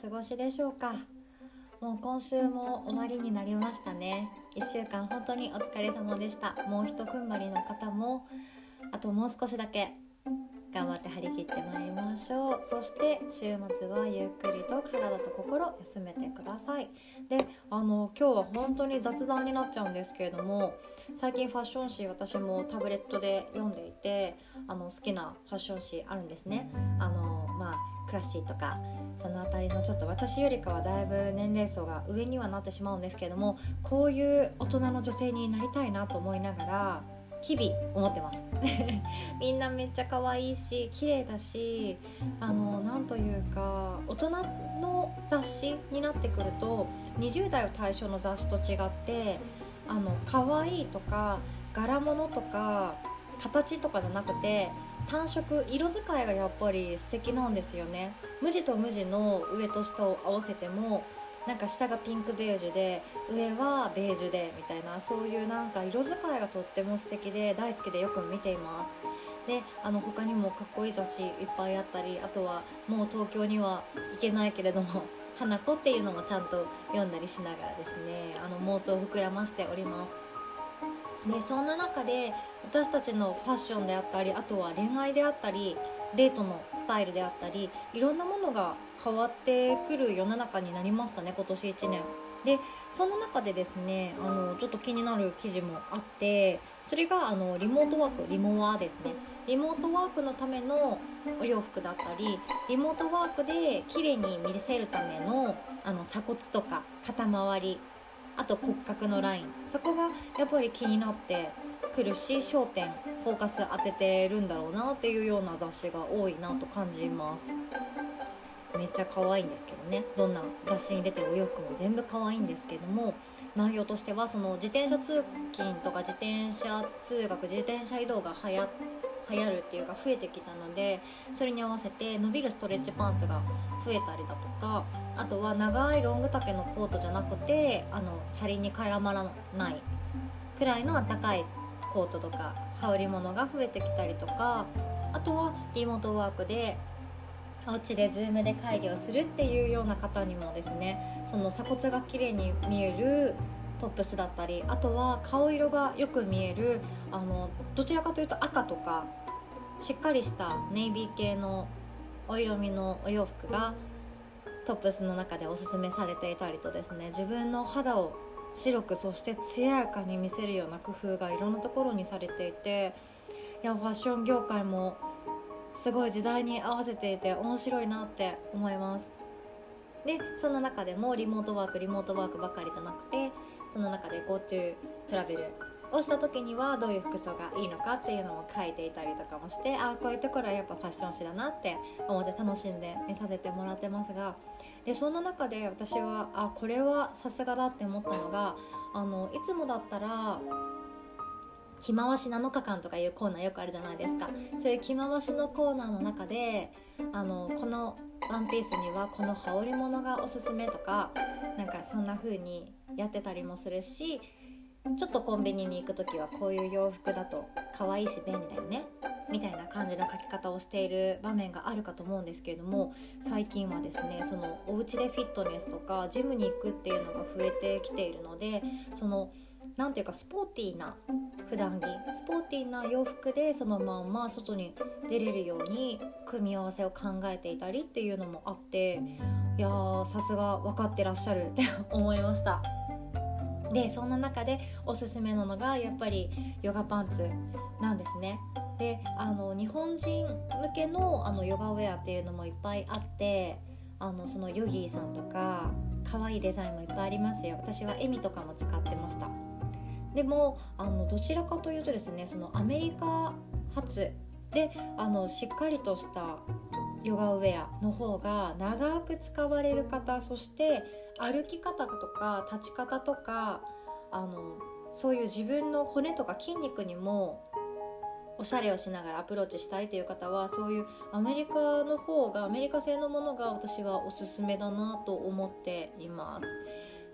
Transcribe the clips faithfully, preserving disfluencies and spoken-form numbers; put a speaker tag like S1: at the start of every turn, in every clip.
S1: お過ごしでしょうか。もう今週も終わりになりましたね。いっしゅうかん本当にお疲れ様でした。もうひと踏ん張りの方もあともう少しだけ頑張って張り切ってまいりましょう。そして週末はゆっくりと体と心休めてください。で、あの今日は本当に雑談になっちゃうんですけれども、最近ファッション誌私もタブレットで読んでいて、あの好きなファッション誌あるんですね。あのまあクラッシーとかそのあたりのちょっと私よりかはだいぶ年齢層が上にはなってしまうんですけれども、こういう大人の女性になりたいなと思いながら日々思ってますみんなめっちゃ可愛いし綺麗だし、あのなんというか大人の雑誌になってくるとにじゅう代を対象の雑誌と違って、あの可愛いとか柄物とか形とかじゃなくて単色、色使いがやっぱり素敵なんですよね。無地と無地の上と下を合わせてもなんか下がピンクベージュで上はベージュでみたいな、そういうなんか色使いがとっても素敵で大好きでよく見ています。で、あの他にもかっこいい雑誌いっぱいあったり、あとはもう東京には行けないけれども花子っていうのもちゃんと読んだりしながらですね、あの妄想を膨らましております。でそんな中で私たちのファッションであったり、あとは恋愛であったりデートのスタイルであったり、いろんなものが変わってくる世の中になりましたね、今年いちねんで。その中でですね、あのちょっと気になる記事もあって、それがあのリモートワーク、リモワですね。リモートワークのためのお洋服だったり、リモートワークで綺麗に見せるためのあの鎖骨とか肩周り、あと骨格のライン、そこがやっぱり気になってくるし、焦点フォーカス当ててるんだろうなっていうような雑誌が多いなと感じます。めっちゃ可愛いんですけどね、どんな雑誌に出てるお洋服も全部可愛いんですけども、内容としてはその自転車通勤とか自転車通学、自転車移動が流行流行るっていうか増えてきたので、それに合わせて伸びるストレッチパンツが増えたりだとか、あとは長いロング丈のコートじゃなくてあの車輪に絡まらないくらいの暖かいコートとか羽織物が増えてきたりとか、あとはリモートワークでお家でズームで会議をするっていうような方にもですね、その鎖骨が綺麗に見えるトップスだったり、あとは顔色がよく見えるあのどちらかというと赤とかしっかりしたネイビー系のお色味のお洋服がトップスの中でおすすめされていたりとですね、自分の肌を白くそして艶やかに見せるような工夫がいろんなところにされていて、いやファッション業界もすごい時代に合わせていて面白いなって思います。でそんな中でもリモートワークリモートワークばかりじゃなくて、その中で GoTo トラベルをした時にはどういう服装がいいのかっていうのも書いていたりとかもして、あこういうところはやっぱファッション誌だなって思って楽しんで見させてもらってますが、でそんな中で私はあこれはさすがだって思ったのが、あのいつもだったら着回しなのかかんとかいうコーナーよくあるじゃないですか。そういう着回しのコーナーの中であのこのワンピースにはこの羽織物がおすすめとか、なんかそんな風にやってたりもするし、ちょっとコンビニに行くときはこういう洋服だと可愛いし便利だよねみたいな感じの書き方をしている場面があるかと思うんですけれども、最近はですね、そのお家でフィットネスとかジムに行くっていうのが増えてきているので、そのなんていうかスポーティーな普段着、スポーティーな洋服でそのまんま外に出れるように組み合わせを考えていたりっていうのもあって、いやーさすが分かってらっしゃるって思いました。でそんな中でおすすめなのがやっぱりヨガパンツなんですね。であの日本人向け の, あのヨガウェアっていうのもいっぱいあって、あのそのヨギーさんとか可愛いデザインもいっぱいありますよ。私はエミとかも使ってました。でもあのどちらかというとですね、そのアメリカ発であのしっかりとしたヨガウェアの方が長く使われる方、そして歩き方とか立ち方とか、あのそういう自分の骨とか筋肉にもおしゃれをしながらアプローチしたいという方は、そういうアメリカの方が、アメリカ製のものが私はおすすめだなと思っています。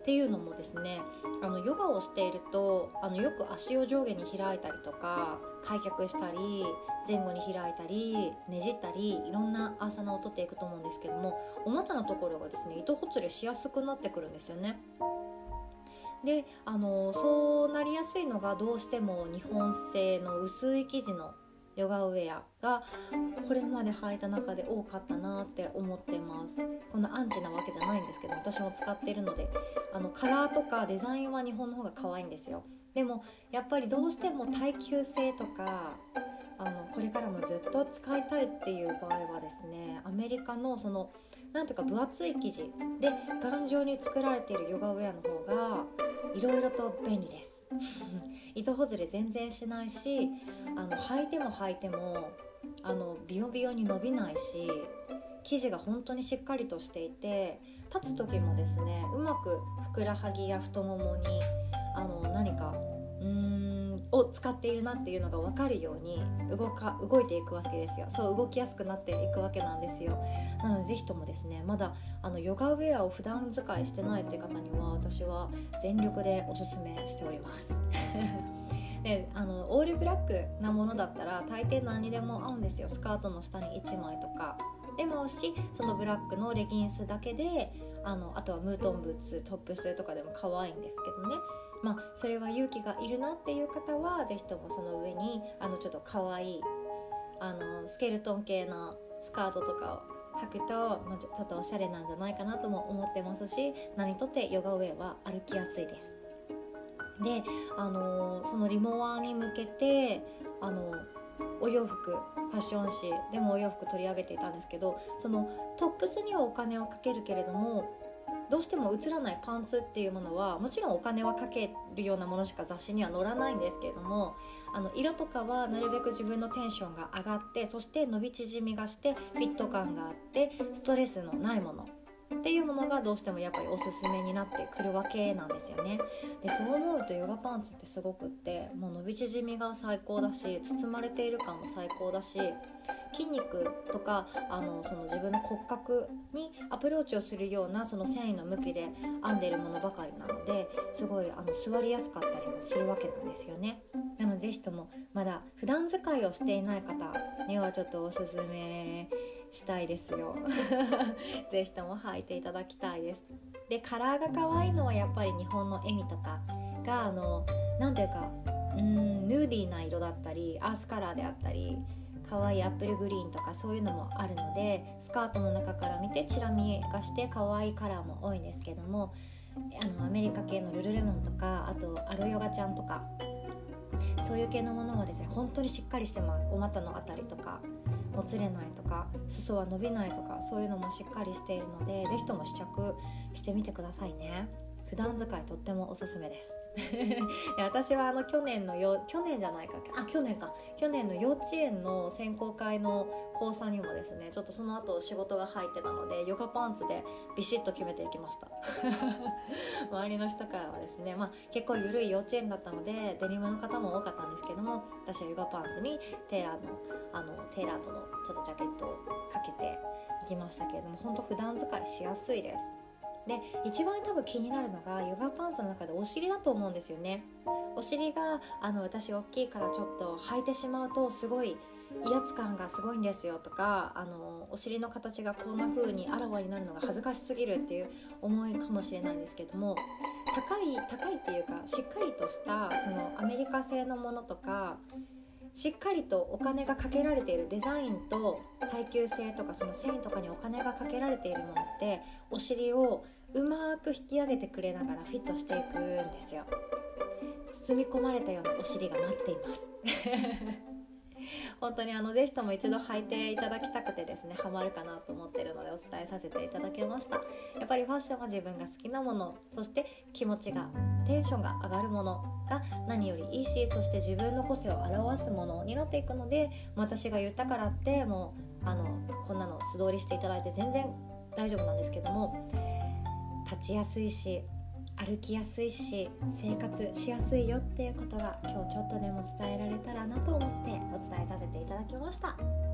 S1: っていうのもですね、あのヨガをしているとあのよく足を上下に開いたりとか開脚したり前後に開いたりねじったりいろんなアーサナを取っていくと思うんですけども、お股のところがですね糸ほつれしやすくなってくるんですよね。であのそうなりやすいのがどうしても日本製の薄い生地のヨガウェアがこれまで履いた中で多かったなって思ってます。こんなアンチなわけじゃないんですけど、私も使っているので、あのカラーとかデザインは日本の方が可愛いんですよ。でもやっぱりどうしても耐久性とかあのこれからもずっと使いたいっていう場合はですね、アメリカのそのなんていうか分厚い生地で頑丈に作られているヨガウェアの方がいろいろと便利です糸ほずれ全然しないし、あの履いても履いてもあのビヨビヨに伸びないし、生地が本当にしっかりとしていて、立つ時もですねうまくふくらはぎや太ももにあの何かうーんを使っているなっていうのが分かるように動か動いていくわけですよ。そう動きやすくなっていくわけなんですよ。なのでぜひともですね、まだあのヨガウェアを普段使いしてないって方には私は全力でおすすめしておりますであのオールブラックなものだったら大抵何にでも合うんですよ。スカートの下にいちまいとかでも合うし、そのブラックのレギンスだけで あのあとはムートンブーツトップスとかでも可愛いんですけどね、まあ、それは勇気がいるなっていう方はぜひともその上にあのちょっと可愛いあのスケルトン系のスカートとかを履くと、まあ、ちょっとおしゃれなんじゃないかなとも思ってますし、何とってヨガウェアは歩きやすいです。で、あのー、そのリモワに向けてあのお洋服ファッション誌でもお洋服取り上げていたんですけど、そのトップスにはお金をかけるけれどもどうしても映らないパンツっていうものはもちろんお金はかけるようなものしか雑誌には載らないんですけれども、あの色とかはなるべく自分のテンションが上がって、そして伸び縮みがしてフィット感があってストレスのないものっていうものがどうしてもやっぱりおすすめになってくるわけなんですよね。でそう思うとヨガパンツってすごくって、もう伸び縮みが最高だし包まれている感も最高だし、筋肉とかあのその自分の骨格にアプローチをするようなその繊維の向きで編んでいるものばかりなので、すごいあの座りやすかったりもするわけなんですよね。なのでぜひともまだ普段使いをしていない方にはちょっとおすすめしたいですよぜひとも履いていただきたいです。でカラーが可愛いのはやっぱり日本のエミとかがあのなんていうかうーんヌーディーな色だったりアースカラーであったり可愛いアップルグリーンとかそういうのもあるので、スカートの中から見てチラ見がして可愛いカラーも多いんですけども、あのアメリカ系のルルレモンとかあとアロヨガちゃんとかそういう系のものはですね本当にしっかりしてます。お股のあたりとかもつれないとか裾は伸びないとかそういうのもしっかりしているので、ぜひとも試着してみてくださいね。普段使いとってもおすすめですで私はあの去年のよ去年じゃないかあ去年か去年の幼稚園の選考会の講座にもですねちょっとその後仕事が入ってたのでヨガパンツでビシッと決めていきました周りの人からはですね、まあ、結構緩い幼稚園だったのでデニムの方も多かったんですけども、私はヨガパンツにテーラーの、あのテーラードのちょっとジャケットをかけていきましたけれども、本当普段使いしやすいです。で一番多分気になるのがヨガパンツの中でお尻だと思うんですよね。お尻があの私大きいからちょっと履いてしまうとすごい威圧感がすごいんですよとか、あのお尻の形がこんな風にあらわになるのが恥ずかしすぎるっていう思いかもしれないんですけども、高い高いっていうかしっかりとしたそのアメリカ製のものとかしっかりとお金がかけられているデザインと耐久性とかその繊維とかにお金がかけられているものってお尻をうまく引き上げてくれながらフィットしていくんですよ。包み込まれたようなお尻が待っています本当にあのぜひとも一度履いていただきたくてですね、ハマるかなと思っているのでお伝えさせていただきました。やっぱりファッションは自分が好きなもの、そして気持ちがテンションが上がるものが何よりいいし、そして自分の個性を表すものになっていくので、私が言ったからってもうあのこんなの素通りしていただいて全然大丈夫なんですけども、立ちやすいし歩きやすいし生活しやすいよっていうことが今日ちょっとでも伝えられたらなと思ってお伝えさせていただきました。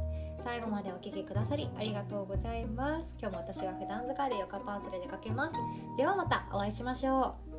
S1: 最後までお聞きくださりありがとうございます。今日も私は普段使いでヨガパーツで出かけます。ではまたお会いしましょう。